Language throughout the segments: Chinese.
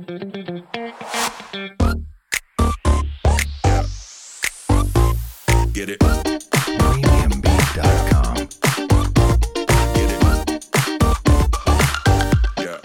Get it. Premiumbeat.com. Get it. Yeah.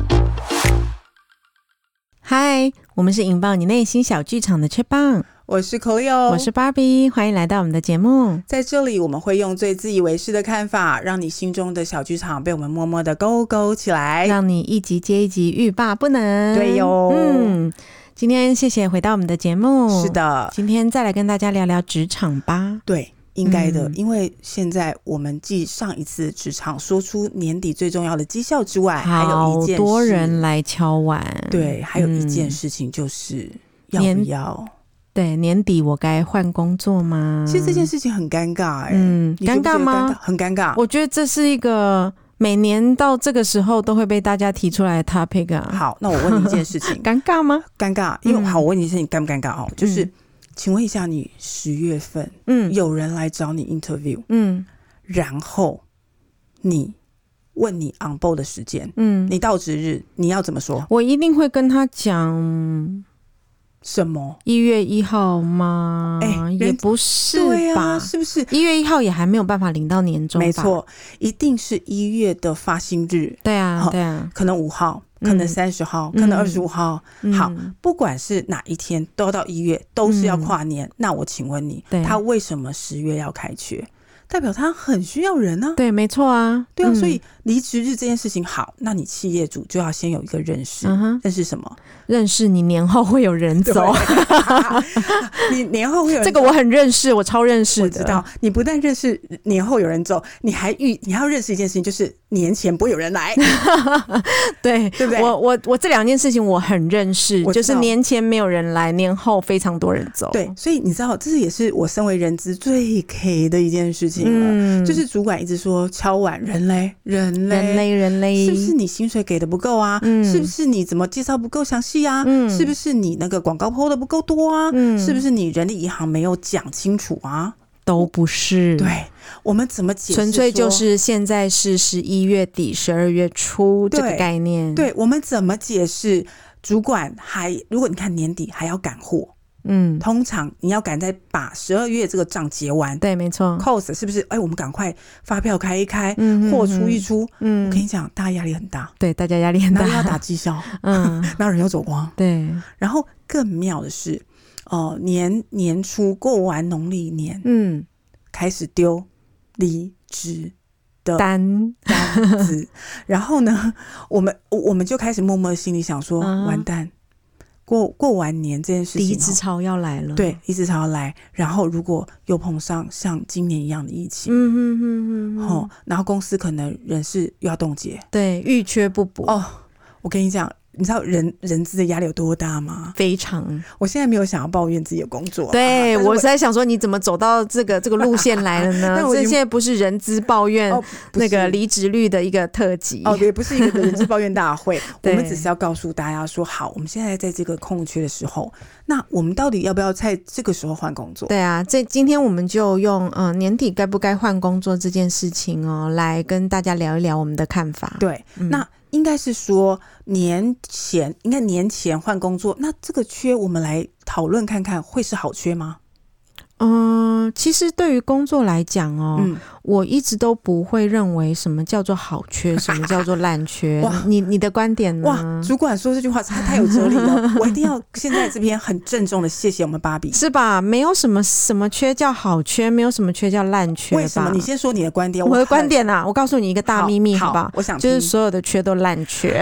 嗨，我们是引爆你内心小剧场的雀棒， 我是 Cleo， 我是 Barbie， 欢迎来到我们的节目。 在这里我们会用最自以为是的看法，让你心中的小剧场被我们默默的勾勾起来， 让你一集接一集欲罢不能。 对哟。 今天谢谢回到我们的节目。 是的， 今天再来跟大家聊聊职场吧。 对，应该的，因为现在我们继上一次职场说出年底最重要的绩效之外，还有一件事， 好多人来敲碗。 对，还有一件事情就是要不要对，年底我该换工作吗？ 其实这件事情很尴尬尴尬吗？ 很尴尬。 我觉得这是一个每年到这个时候都会被大家提出来的 topic 啊。 好，那我问你一件事情， 尴尬吗？ 尴尬，因为好，我问你一件事情，尴不尴尬哦？就是，请问一下，你10月份，有人来找你 interview，然后你问你 on board 的时间，你到职日你要怎么说？ 我一定会跟他讲。 什么 ？1月1号吗？也不是吧？ 对啊，是不是 1月1号也还没有办法领到年终吧？ 没错，一定是1月的发薪日。 对啊，对啊， 可能5号，可能30号，可能25号。好，不管是哪一天，都要到1月，都是要跨年。那我请问你，他为什么10月要开缺？代表他很需要人啊。 对，没错啊。 对啊，所以离职日这件事情好，那你企业主就要先有一个认识，认识什么？ 认识你年后会有人走。 你年后会有人走， 这个我很认识，我超认识的。 我知道，你不但认识年后有人走，你还要认识一件事情，就是年前不会有人来。 对， 对不对？ 我这两件事情我很认识，就是年前没有人来，年后非常多人走。 对，所以你知道，这也是我身为人资最 K 的一件事情了。就是主管一直说敲碗，人嘞，是不是你薪水给的不够啊？是不是你怎么介绍不够详细啊？是不是你那个广告 po 的不够多啊？是不是你人力银行没有讲清楚啊？ 都不是。 对，我们怎么解释？ 纯粹就是现在是11月底12月初这个概念。 对，我们怎么解释？主管如果你看年底还要赶货，通常你要赶在把12月这个账结完。 对，没错。 cost 是不是？我们赶快发票开一开，货出一出。我跟你讲，大家压力很大。 对，大家压力很大。 哪里要打绩效？那人又走光。 对。 然后更妙的是，年初过完农历年，开始丢离职的单子，然后呢，我们就开始默默的心里想说，完蛋。过完年这件事情， 离职潮要来了。 对，离职潮要来，然后如果又碰上像今年一样的疫情，然后公司可能人事又要冻结， 对，遇缺不补。 我跟你讲，你知道人资的压力有多大吗？ 非常。 我现在没有想要抱怨自己的工作， 对，我是在想说你怎么走到这个路线来了呢？这现在不是人资抱怨那个离职率的一个特辑， 也不是一个人资抱怨大会。我们只是要告诉大家说，好，我们现在在这个空缺的时候，那我们到底要不要在这个时候换工作？ 对啊，今天我们就用年底该不该换工作这件事情来跟大家聊一聊我们的看法。 对，那应该是说年前换工作，那这个缺我们来讨论看看，会是好缺吗？ 其实对于工作来讲我一直都不会认为什么叫做好缺，什么叫做烂缺。你的观点呢？ 哇，主管说这句话太有哲理了，我一定要现在这边很郑重的谢谢我们芭比， 是吧？没有什么缺叫好缺，没有什么缺叫烂缺吧？ 为什么？你先说你的观点。 我的观点我告诉你一个大秘密，好不好？ 我想就是所有的缺都烂缺。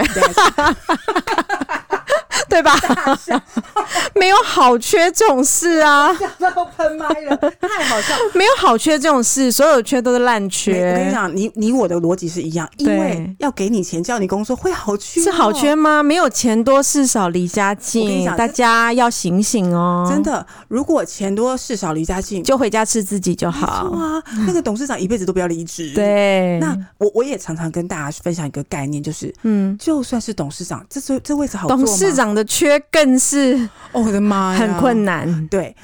对吧？没有好缺这种事啊！ 讲到喷麦了，太好笑。 没有好缺这种事，所有缺都是烂缺。 我跟你讲，你我的逻辑是一样，因为要给你钱叫你工作会好缺， 是好缺吗？没有钱多事少离家近，大家要醒醒哦！ 真的，如果钱多事少离家近， 就回家吃自己就好。 没错啊，那个董事长一辈子都不要离职。 对， 那我也常常跟大家分享一个概念，就是就算是董事长，这位置好做吗？ 董事长的缺更是我的妈呀， 很困难。 对，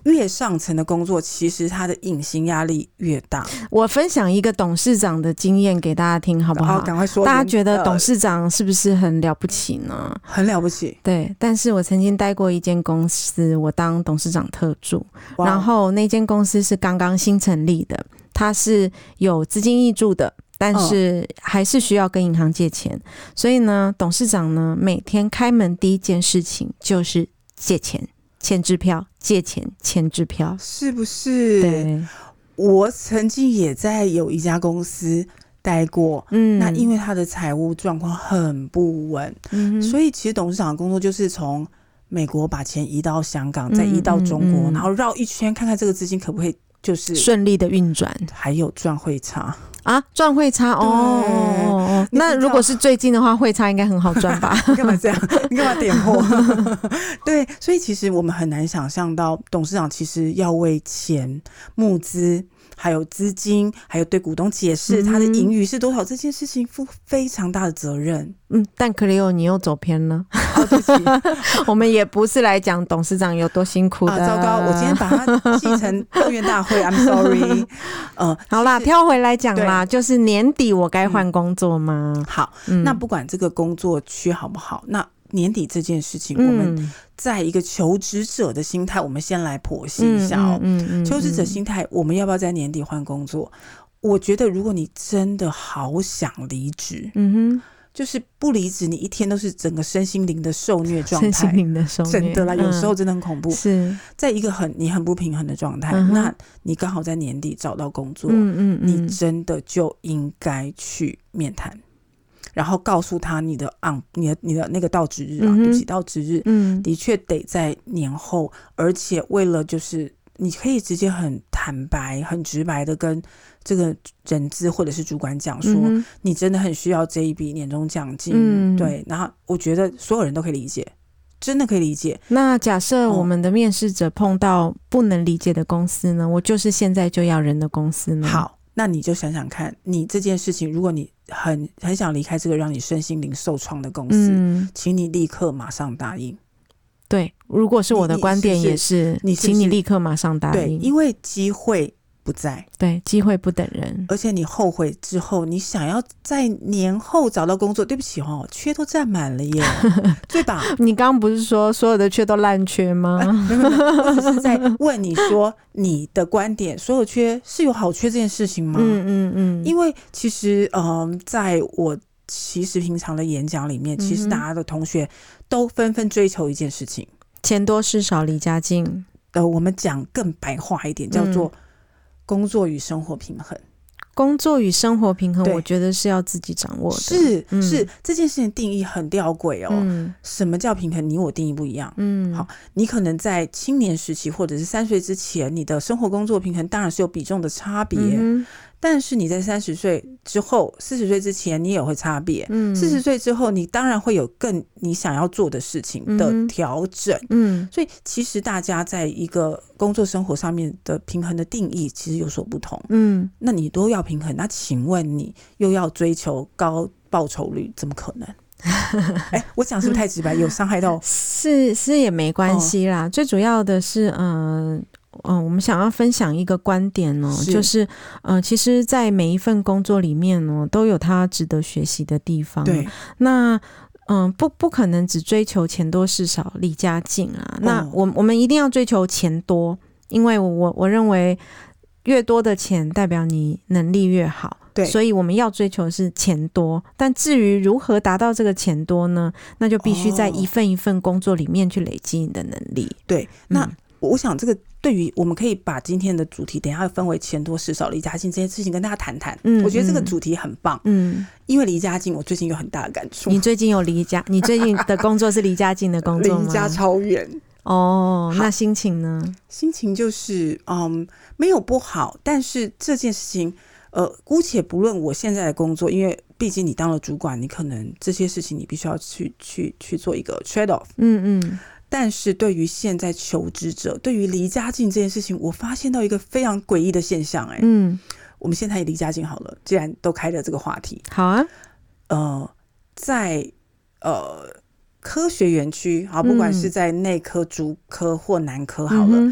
越上层的工作，其实它的隐形压力越大。 我分享一个董事长的经验给大家听，好不好？ 赶快说。 大家觉得董事长是不是很了不起呢？ 很了不起。 对，但是我曾经待过一间公司，我当董事长特助，然后那间公司是刚刚新成立的，它是有资金挹注的。但是还是需要跟银行借钱，所以呢，董事长呢每天开门第一件事情就是借钱、签支票、借钱、签支票， 是不是？ 对， 我曾经也在有一家公司待过，那因为他的财务状况很不稳，所以其实董事长的工作就是从美国把钱移到香港，再移到中国，然后绕一圈看看这个资金可不可以就是顺利的运转， 还有赚汇差。 啊，赚汇差哦，那如果是最近的话，汇差应该很好赚吧？ 你干嘛这样？你干嘛点破？对，所以其实我们很难想象到，董事长其实要为钱、募资、还有资金，还有对股东解释他的盈余是多少这件事情负非常大的责任。 但克里欧你又走偏了。对不起，我们也不是来讲董事长有多辛苦的。 糟糕，我今天把它记成抱怨大会 ，I'm sorry。 好啦，跳回来讲啦，就是年底我该换工作吗？ 好，那不管这个工作缺好不好，那年底这件事情，我们在一个求职者的心态，我们先来剖析一下哦。求职者心态，我们要不要在年底换工作？我觉得，如果你真的好想离职，就是不离职，你一天都是整个身心灵的受虐状态， 身心灵的受虐， 真的啦，有时候真的很恐怖。 是在一个你很不平衡的状态，那你刚好在年底找到工作，你真的就应该去面谈。然后告诉他你的那个到职日啊，对不起，到职日，的确得在年后，而且为了就是你可以直接很坦白、很直白的跟这个人资或者是主管讲说，你真的很需要这一笔年终奖金，对。然后我觉得所有人都可以理解，真的可以理解。 那假设我们的面试者碰到不能理解的公司呢？我就是现在就要人的公司呢？ 好。那你就想想看，你这件事情，如果你很想离开这个让你身心灵受创的公司，请你立刻马上答应。 对，如果是我的观点也是，请你立刻马上答应。 对，因为机会不在， 对，机会不等人， 而且你后悔之后，你想要在年后找到工作，对不起哦，缺都占满了耶，对吧？ 你刚刚不是说所有的缺都烂缺吗？ 我只是在问你说你的观点，所有缺是有好缺这件事情吗？因为其实在我其实平常的演讲里面，其实大家的同学都纷纷追求一件事情， 钱多事少离家近。 我们讲更白话一点，叫做工作与生活平衡。 工作与生活平衡，我觉得是要自己掌握的。 是这件事情定义很吊诡哦。什么叫平衡？你我定义不一样。好，你可能在青年时期或者是30岁之前，你的生活工作平衡当然是有比重的差别。但是你在30岁之后40岁之前你也会差别40岁之后你当然会有更你想要做的事情的调整所以其实大家在一个工作生活上面的平衡的定义其实有所不同那你都要平衡，那请问你又要追求高报酬率，怎么可能？我讲是不是太直白？有伤害到？ 是也没关系啦，最主要的是我们想要分享一个观点就是其实在每一份工作里面都有它值得学习的地方。对，那不可能只追求钱多事少离家近啊。那我们一定要追求钱多，因为我认为越多的钱代表你能力越好。对，所以我们要追求的是钱多，但至于如何达到这个钱多呢？那就必须在一份一份工作里面去累积你的能力。 对，那我想这个对于我们可以把今天的主题等一下分为钱多事少离家近这件事情跟大家谈谈我觉得这个主题很棒因为离家近我最近有很大的感触。 你最近你最近的工作是离家近的工作吗？ 离家超远那心情呢？ 心情就是没有不好，但是这件事情姑且不论我现在的工作，因为毕竟你当了主管，你可能这些事情你必须要去做一个 trade off但是对于现在求职者，对于离家近这件事情，我发现到一个非常诡异的现象我们现在也离家近好了，既然都开了这个话题， 好啊在科学园区不管是在内科、主科或男科好了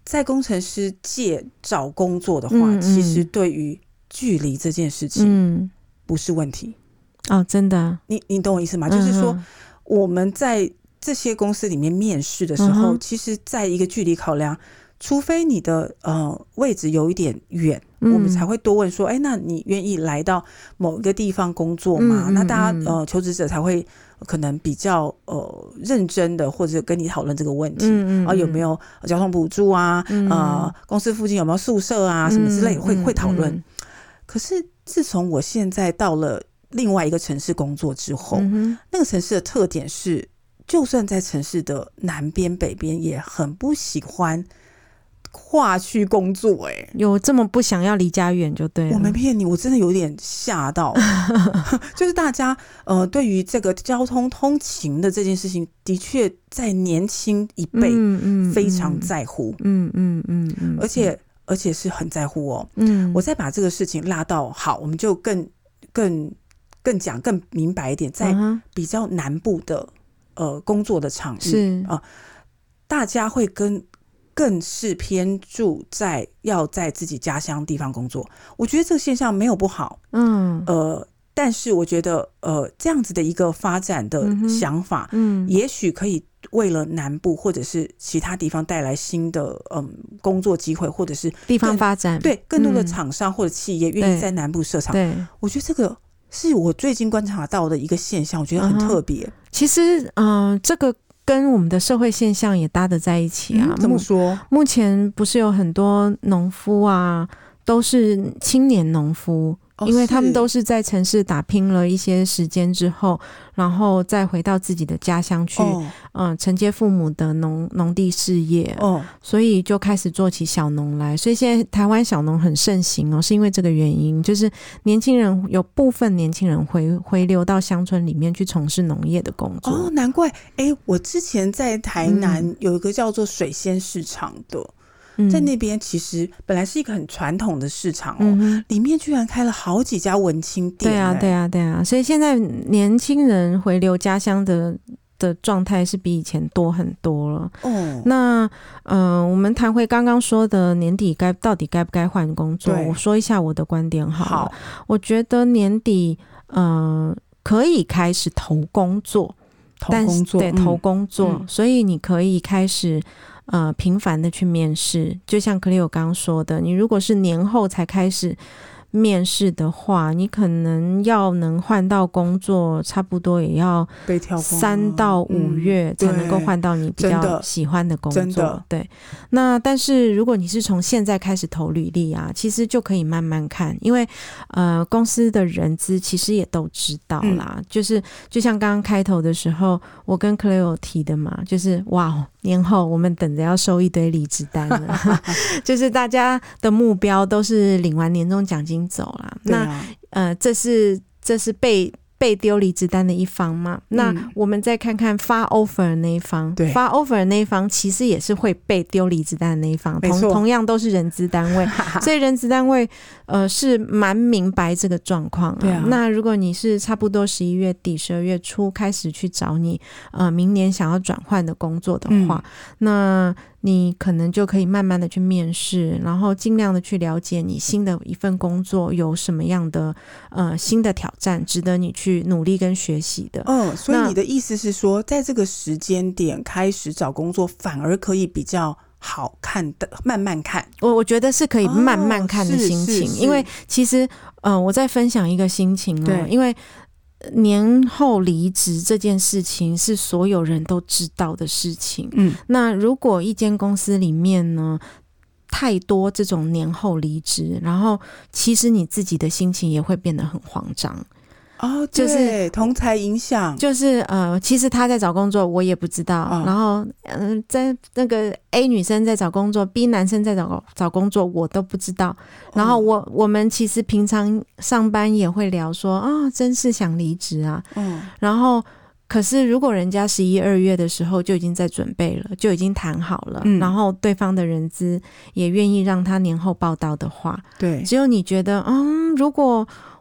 在工程师界找工作的话，其实对于距离这件事情不是问题。 哦，真的， 你懂我意思吗？就是说我们在这些公司里面面试的时候，其实在一个距离考量，除非你的位置有一点远，我们才会多问说，那你愿意来到某一个地方工作吗？那大家求职者才会可能比较认真的或者跟你讨论这个问题，有没有交通补助啊，公司附近有没有宿舍啊，什么之类会讨论。可是自从我现在到了另外一个城市工作之后，那个城市的特点是，就算在城市的南边北边也很不喜欢跨区工作。 有这么不想要离家远就对了。 我没骗你，我真的有点吓到就是大家对于这个交通通勤的这件事情，的确在年轻一辈非常在乎，而且是很在乎哦。我再把这个事情拉到好，我们就更讲更明白一点，在比较南部的工作的场域大家会更是偏注在要在自己家乡地方工作。我觉得这个现象没有不好，但是我觉得这样子的一个发展的想法，也许可以为了南部或者是其他地方带来新的工作机会，或者是地方发展， 对更多的厂商或者企业愿意在南部设厂。对，我觉得这个是我最近观察到的一个现象，我觉得很特别。 其实这个跟我们的社会现象也搭得在一起啊。 怎么说？ 目前不是有很多农夫啊，都是青年农夫，因为他们都是在城市打拼了一些时间之后，然后再回到自己的家乡去承接父母的农地事业，所以就开始做起小农来。所以现在台湾小农很盛行是因为这个原因，就是年轻人有部分年轻人回流到乡村里面去从事农业的工作。 难怪我之前在台南有一个叫做水仙市场的，在那边其实本来是一个很传统的市场里面居然开了好几家文青店。 对啊，所以现在年轻人回流家乡的状态是比以前多很多了。那我们谈回刚刚说的年底到底该不该换工作，我说一下我的观点好了。我觉得年底可以开始投工作，投工作，所以你可以开始频繁的去面试。就像Cleo刚刚说的，你如果是年后才开始面试的话，你可能要能换到工作差不多也要3到5月才能够换到你比较喜欢的工作。对，那但是如果你是从现在开始投履历啊，其实就可以慢慢看，因为公司的人资其实也都知道啦，就像刚刚开头的时候我跟 Cleo 提的嘛，就是年后我们等着要收一堆离职单了就是大家的目标都是领完年终奖金走啦。那这是被丢离职单的一方嘛，那我们再看看发 offer 的那一方，发 offer 的那一方其实也是会被丢离职单的那一方，同样都是人资单位所以人资单位是蛮明白这个状况那如果你是差不多11月底12月初开始去找你明年想要转换的工作的话，那你可能就可以慢慢的去面试，然后尽量的去了解你新的一份工作有什么样的新的挑战值得你去努力跟学习的。 所以你的意思是说，在这个时间点开始找工作反而可以比较好看的慢慢看。 我觉得是可以慢慢看的心情，因为其实我再分享一个心情因为年后离职这件事情是所有人都知道的事情那如果一间公司里面呢太多这种年后离职，然后其实你自己的心情也会变得很慌张就是同侪影响， 就是其实他在找工作我也不知道然后在那个 A 女生在找工作 B 男生在找工作我都不知道然后我们其实平常上班也会聊说真是想离职啊然后可是如果人家11、2月的时候就已经在准备了，就已经谈好了然后对方的人资也愿意让他年后报到的话，对，只有你觉得如果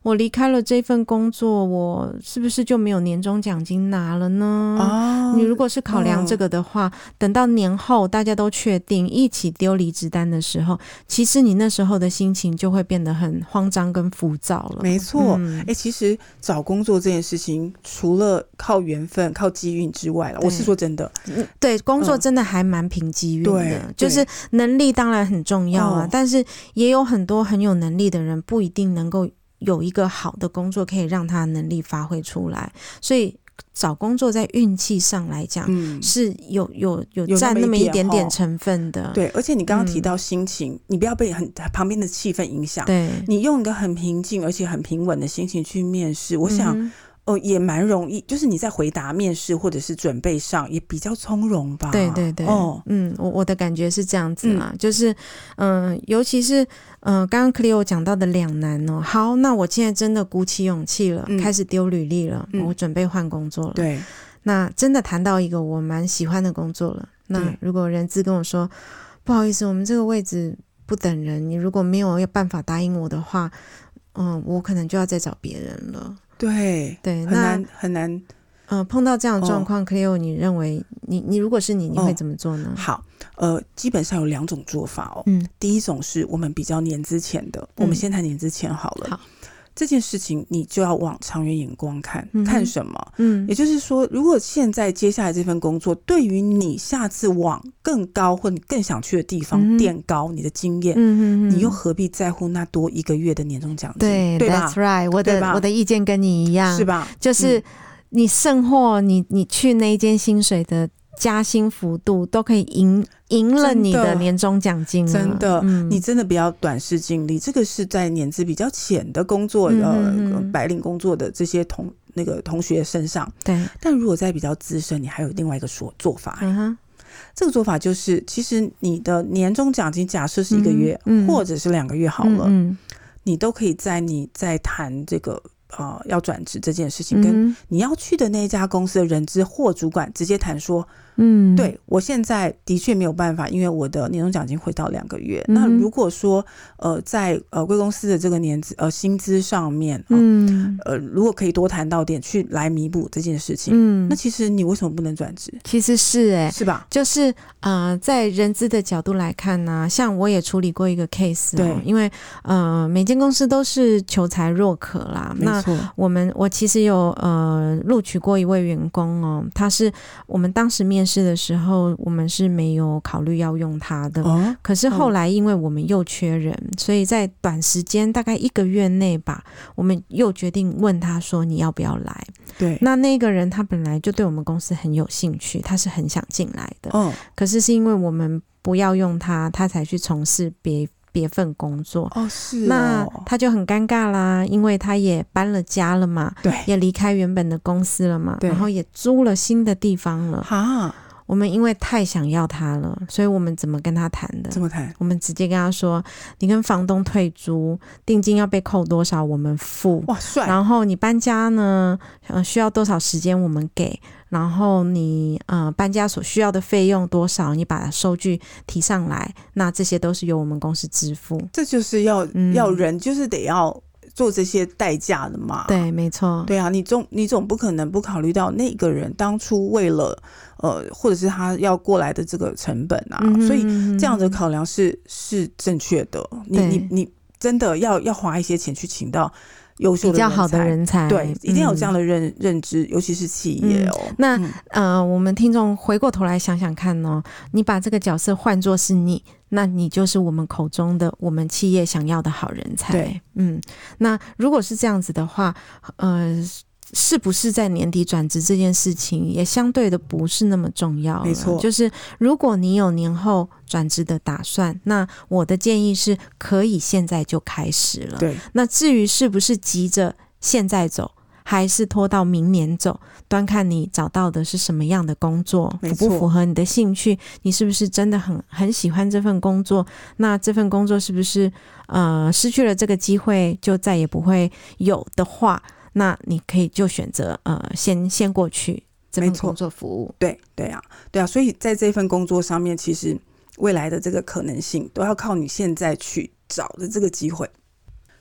我离开了这份工作，我是不是就没有年终奖金拿了呢？你如果是考量这个的话，等到年后大家都确定一起丢离职单的时候，其实你那时候的心情就会变得很慌张跟浮躁了。 没错，其实找工作这件事情，除了靠缘分、靠机运之外了，我是说真的， 对，工作真的还蛮凭机运的，就是能力当然很重要啊，但是也有很多很有能力的人不一定能够有一个好的工作可以让他的能力发挥出来，所以找工作在运气上来讲，是有占那么一点点成分的。 对，而且你刚刚提到心情，你不要被旁边的气氛影响， 对， 你用一个很平静而且很平稳的心情去面试，我想也蛮容易，就是你在回答面试或者是准备上也比较从容吧。 对对对，我的感觉是这样子啦，就是尤其是刚刚 Cleo 讲到的两难哦。好，那我现在真的鼓起勇气了，开始丢履历了，我准备换工作了。 对， 那真的谈到一个我蛮喜欢的工作了。那如果人资跟我说，不好意思，我们这个位置不等人，你如果没有办法答应我的话，我可能就要再找别人了。对，很难。碰到这样的状况，Cleo，你认为你如果是你会怎么做呢？ 好，基本上有两种做法哦。第一种是我们比较年资前的，我们先谈年资前好了。好。这件事情你就要往长远眼光看，看什么？也就是说，如果现在接下来这份工作对于你下次往更高或你更想去的地方垫高你的经验，你又何必在乎那多1个月的年终奖金？对吧 ？That's right， 我的意见跟你一样， 是吧？ 就是你胜或你去那一间薪水的加薪幅度都可以赢了你的年终奖金了。 真的，你真的不要短视近利，这个是在年资比较浅的工作白领工作的这些同学身上。对，但如果在比较资深，你还有另外一个做法。这个做法就是，其实你的年终奖金假设是1个月，或者是2个月好了，你都可以你在谈这个要转职这件事情，跟你要去的那一家公司的人资或主管直接谈说，对，我现在的确没有办法，因为我的年终奖金会到2个月。那如果说在贵公司的这个薪资上面，如果可以多谈到点去来弥补这件事情，那其实你为什么不能转职？ 其实是是吧？ 就是在人资的角度来看呢，像我也处理过一个 case，对，因为每间公司都是求才若渴啦。那我其实有录取过一位员工哦，他是我们当时面试的时候，我们是没有考虑要用他的，可是后来因为我们又缺人，所以在短时间大概1个月内吧，我们又决定问他说你要不要来。对，那个人他本来就对我们公司很有兴趣，他是很想进来的，可是因为我们不要用他，他才去从事别份工作。那他就很尴尬啦，因为他也搬了家了嘛，对，也离开原本的公司了嘛，然后也租了新的地方了。我们因为太想要他了，所以我们怎么跟他谈的？怎么谈？我们直接跟他说，你跟房东退租，定金要被扣多少我们付。哇，帅！然后你搬家呢，需要多少时间我们给，然后你搬家所需要的费用多少，你把收据提上来，那这些都是由我们公司支付。这就是要人就是得要做这些代价的嘛。对，没错。对啊，你总不可能不考虑到那个人当初为了或者是他要过来的这个成本啊，所以这样的考量是正确的。你真的要花一些钱去请到优秀的比较好的人才，对，一定要有这样的认知，尤其是企业哦。那我们听众回过头来想想看哦，你把这个角色换作是你，那你就是我们口中的我们企业想要的好人才。对，那如果是这样子的话，是不是在年底转职这件事情也相对的不是那么重要了。没错，就是如果你有年后转职的打算，那我的建议是可以现在就开始了。对，那至于是不是急着现在走还是拖到明年走，端看你找到的是什么样的工作，符不符合你的兴趣，你是不是真的很喜欢这份工作，那这份工作是不是失去了这个机会就再也不会有的话，那你可以就选择先过去这份工作服务。对啊，所以在这份工作上面，其实未来的这个可能性都要靠你现在去找的这个机会。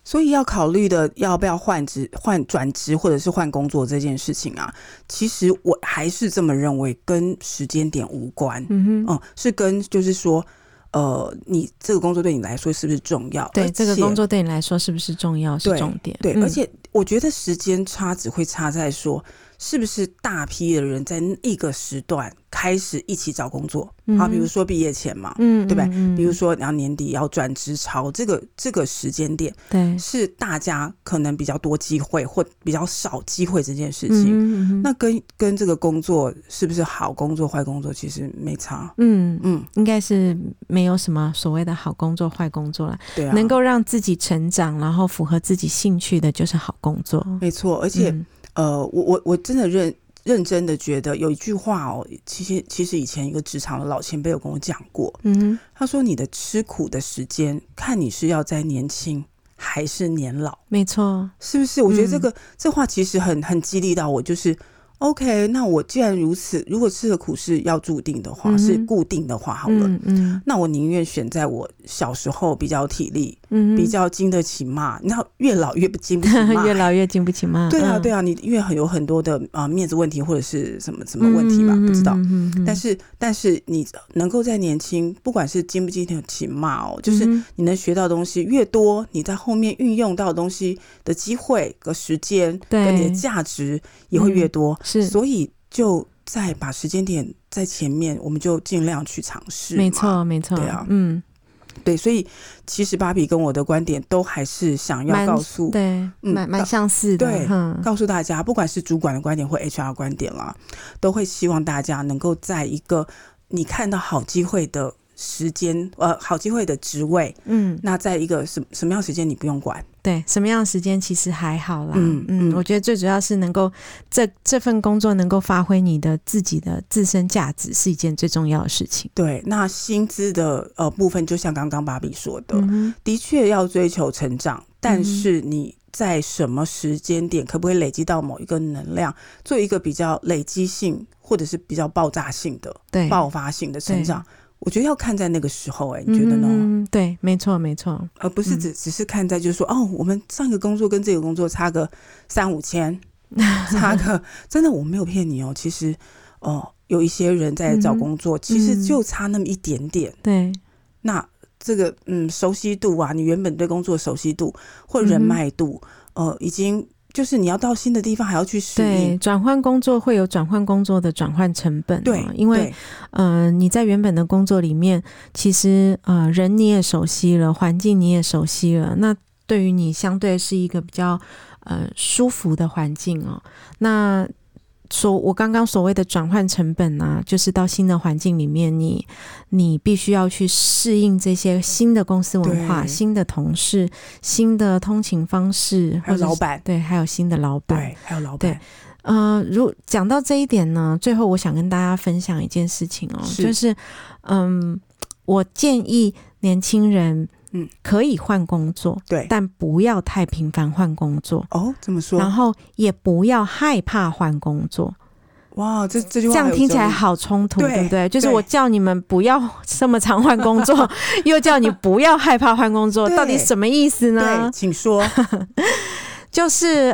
所以要考虑的要不要转职或者是换工作这件事情啊，其实我还是这么认为，跟时间点无关。是跟就是说你这个工作对你来说是不是重要？ 对，这个工作对你来说是不是重要是重点。 对，而且我觉得时间差只会差在说是不是大批的人在一个时段开始一起找工作，比如说毕业前嘛，对不对？比如说然后年底要转职潮，这个时间点，对，是大家可能比较多机会或比较少机会这件事情。那跟这个工作是不是好工作坏工作其实没差。 应该是没有什么所谓的好工作坏工作啦。 对啊，能够让自己成长，然后符合自己兴趣的就是好工作。 没错，而且我真的认真的觉得有一句话其实以前一个职场的老前辈有跟我讲过，他说你的吃苦的时间看你是要在年轻还是年老。 没错， 是不是？我觉得这话其实很激励到我，就是OK， 那我既然如此，如果吃的苦是要注定的话，是固定的话好了，那我宁愿选在我小时候比较体力，比较经得起骂。你知道越老越经不起骂， 越老越经不起骂。 对啊，你因为有很多的面子问题或者是什么问题吧，不知道。但是你能够在年轻，不管是经不经得起骂就是你能学到的东西越多，你在后面运用到的东西的机会和时间跟你的价值也会越多。所以就再把时间点在前面，我们就尽量去尝试。 没错，对啊，对，所以其实芭比跟我的观点都还是想要告诉， 对，蛮相似的， 对，告诉大家，不管是主管的观点或 HR 观点啦，都会希望大家能够在一个你看到好机会的时间，好机会的职位，那在一个什么样的时间你不用管。 对，什么样的时间其实还好啦。我觉得最主要是能够这份工作能够发挥你的自己的自身价值，是一件最重要的事情。 对，那薪资的部分，就像刚刚芭比说的，的确要追求成长，但是你在什么时间点可不可以累积到某一个能量，做一个比较累积性或者是比较爆炸性的、爆发性的成长？我觉得要看在那个时候，你觉得呢？ 对，没错，而不是只是看在就是说，我们上一个工作跟这个工作差个3-5千，差个真的我没有骗你其实有一些人在找工作，其实就差那么一点点。 对， 那这个熟悉度啊，你原本对工作熟悉度或人脉度，已经。就是你要到新的地方还要去适应。 对，转换工作会有转换工作的转换成本。 对， 因为你在原本的工作里面，其实人你也熟悉了，环境你也熟悉了，那对于你相对是一个比较舒服的环境那我刚刚所谓的转换成本啊，就是到新的环境里面，你必须要去适应这些新的公司文化、新的同事、新的通勤方式， 还有老板， 对，还有新的老板， 对，还有老板。 对，讲到这一点呢，最后我想跟大家分享一件事情就是我建议年轻人可以换工作， 对， 但不要太频繁换工作。 这么说。 然后也不要害怕换工作。 哇，这句话这样听起来好冲突，对不对？就是我叫你们不要这么常换工作，又叫你不要害怕换工作，到底什么意思呢？ 对，请说。 就是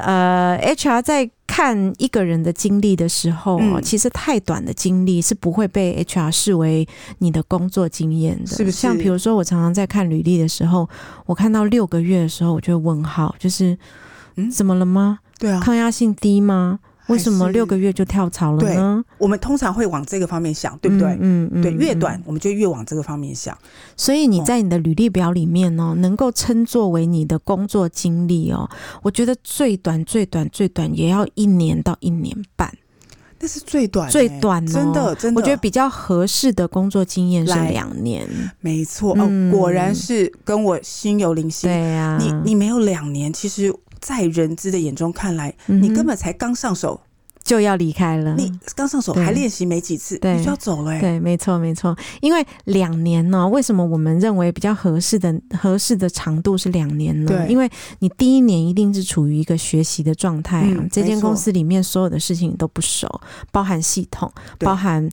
HR 在看一个人的经历的时候其实太短的经历是不会被 HR 视为你的工作经验的， 是不是？ 像比如说我常常在看履历的时候，我看到6个月的时候，我就会问号，就是怎么了吗？ 对啊， 抗压性低吗？为什么6个月就跳槽了呢？ 我们通常会往这个方面想，对不对？对，越短我们就越往这个方面想。 所以你在你的履历表里面能够称作为你的工作经历我觉得最短也要1年到1年半。 那是最短真的，我觉得比较合适的工作经验是2年。 没错果然是跟我心有灵犀。 对啊， 你没有2年，其实在人资的眼中看来，你根本才刚上手就要离开了， 你刚上手还练习没几次，你就要走了。 对，没错。因为2年呢，为什么我们认为比较合适的长度是2年呢？因为你第1年一定是处于一个学习的状态这间公司里面所有的事情你都不熟，包含系统，包含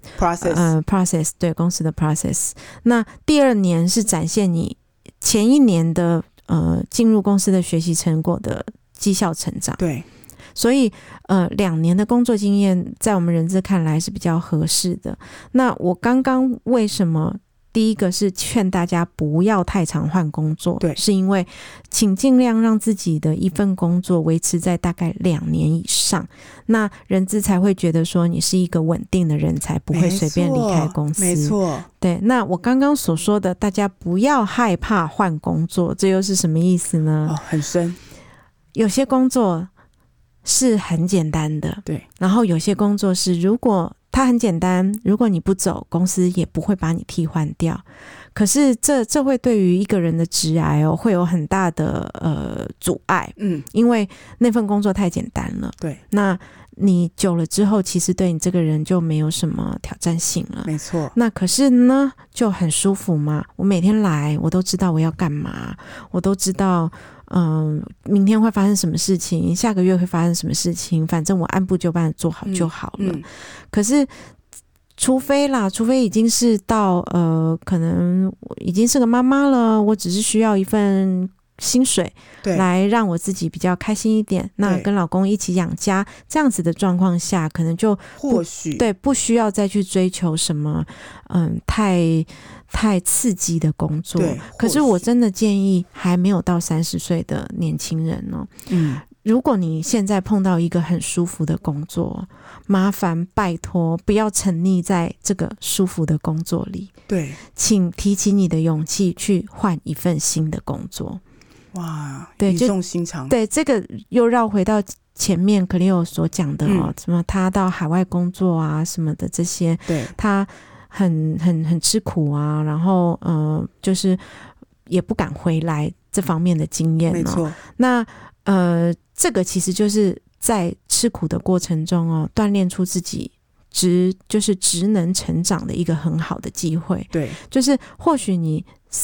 process 对，公司的 process。那第2年是展现你前1年的进入公司的学习成果的绩效成长。 对， 所以2年的工作经验在我们人资看来是比较合适的。那我刚刚为什么第一个是劝大家不要太常换工作， 对， 是因为请尽量让自己的一份工作维持在大概2年以上，那人资才会觉得说你是一个稳定的人才，不会随便离开公司。 没错， 对。那我刚刚所说的大家不要害怕换工作，这又是什么意思呢？ 很深。 有些工作是很简单的， 对， 然后有些工作是如果它很简单，如果你不走，公司也不会把你替换掉。可是这会对于一个人的职涯会有很大的阻碍，因为那份工作太简单了。 对， 那你久了之后，其实对你这个人就没有什么挑战性了。 没错。 那可是呢，就很舒服嘛。我每天来，我都知道我要干嘛，我都知道明天会发生什么事情，下个月会发生什么事情，反正我按部就班的做好就好了。可是除非已经是到可能已经是个妈妈了，我只是需要一份薪水来让我自己比较开心一点，那跟老公一起养家，这样子的状况下可能就或许不需要再去追求什么太刺激的工作。可是我真的建议还没有到30岁的年轻人如果你现在碰到一个很舒服的工作，麻烦拜托不要沉溺在这个舒服的工作里。 对， 请提起你的勇气去换一份新的工作。 哇，语重心长。 对，这个又绕回到前面Cleo所讲的什么他到海外工作啊什么的这些， 对， 他很吃苦啊，然后就是也不敢回来这方面的经验。 没错。 那这个其实就是在吃苦的过程中锻炼出自己就是职能成长的一个很好的机会。 对， 就是或许你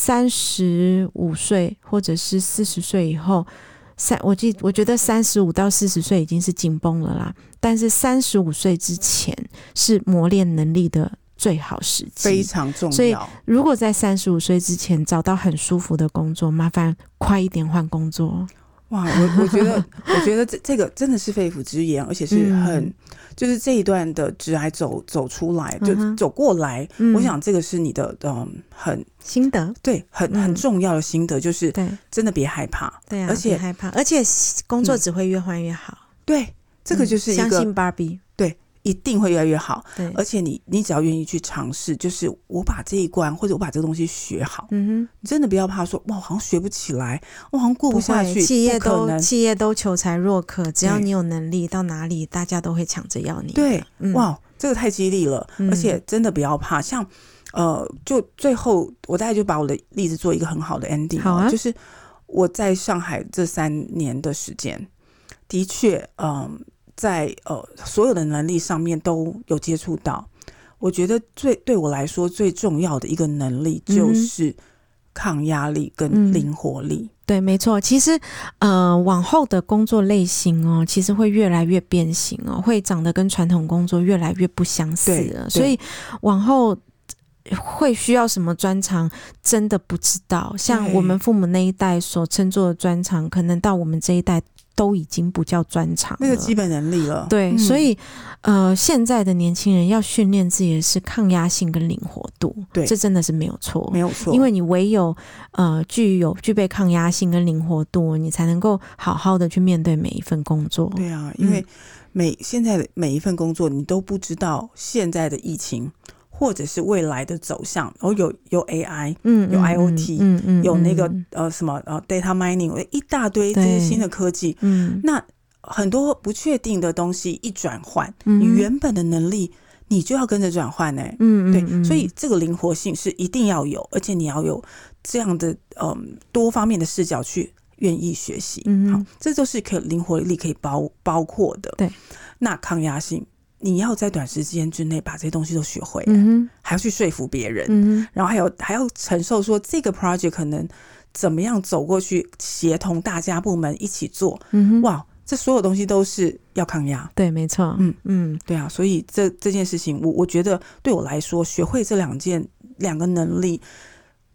35岁或者是40岁以后，我觉得35到40岁已经是紧绷了啦，但是35岁之前是磨练能力的最好时机， 非常重要。 所以如果在35岁之前找到很舒服的工作，麻烦快一点换工作。 哇，我觉得这个真的是肺腑之言，而且是就是这一段的职涯走出来，就走过来。我想这个是你的很心得， 对，很重要的心得，就是真的别害怕。 对啊，而且别害怕，而且工作只会越换越好。 对，这个就是一个相信 Barbie。 对。一定会越来越好， 对， 而且你只要愿意去尝试，就是我把这一关或者我把这个东西学好，你真的不要怕说哇，好像学不起来，我好像过不下去。 企业都求才若渴，只要你有能力，到哪里大家都会抢着要你。 对，哇，这个太激励了，而且真的不要怕。像就最后我大概就把我的例子做一个很好的 ending。好啊，就是我在上海这3年的时间，的确，在所有的能力上面都有接触到。我觉得对我来说最重要的一个能力就是抗压力跟灵活力。 对，没错。其实往后的工作类型其实会越来越变形会长得跟传统工作越来越不相似了。所以往后会需要什么专长真的不知道。像我们父母那一代所称作的专长，可能到我们这一代都已经不叫专长了， 那个基本能力了。 对，所以现在的年轻人要训练自己的是抗压性跟灵活度。对，这真的是没有错， 没有错。 因为你唯有具备抗压性跟灵活度，你才能够好好的去面对每一份工作。 对啊，因为现在的每一份工作，你都不知道现在的疫情。或者是未来的走向，然后有 AI，有 IoT，有那个什么data mining， 一大堆这些新的科技，那很多不确定的东西一转换，你原本的能力你就要跟着转换对，所以这个灵活性是一定要有，而且你要有这样的多方面的视角去愿意学习，好，这都是灵活力可以包括的。对，那抗压性。你要在短时间之内把这些东西都学会，还要去说服别人，然后还要承受说这个 project 可能怎么样走过去，协同大家部门一起做，哇，这所有东西都是要抗压。 对，没错， 对啊，所以这件事情，我觉得对我来说，学会这两个能力，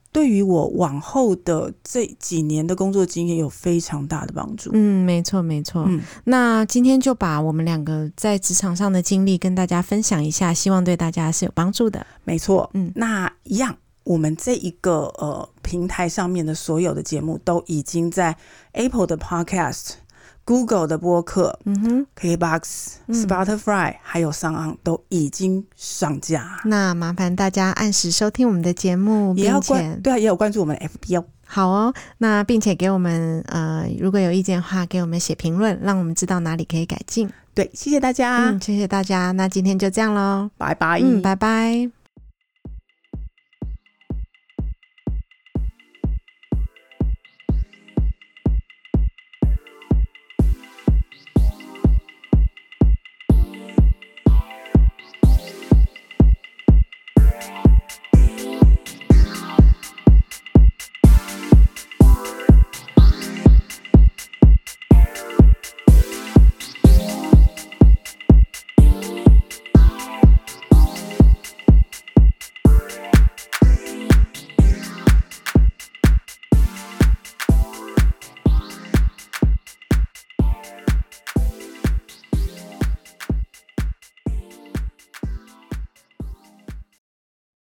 对于我往后的这几年的工作经验有非常大的帮助。 没错没错。那今天就把我们两个在职场上的经历跟大家分享一下，希望对大家是有帮助的。 没错。那一样，我们这一个平台上面的所有的节目都已经在 Apple 的 Podcast、Google 的播客、KBox、Spotify 还有SoundOn都已经上架。 那麻烦大家按时收听我们的节目， 也有关注我们的 FB 哦。 好哦，那并且给我们如果有意见的话，给我们写评论，让我们知道哪里可以改进。 对，谢谢大家。 谢谢大家。那今天就这样咯， 拜拜。 拜拜。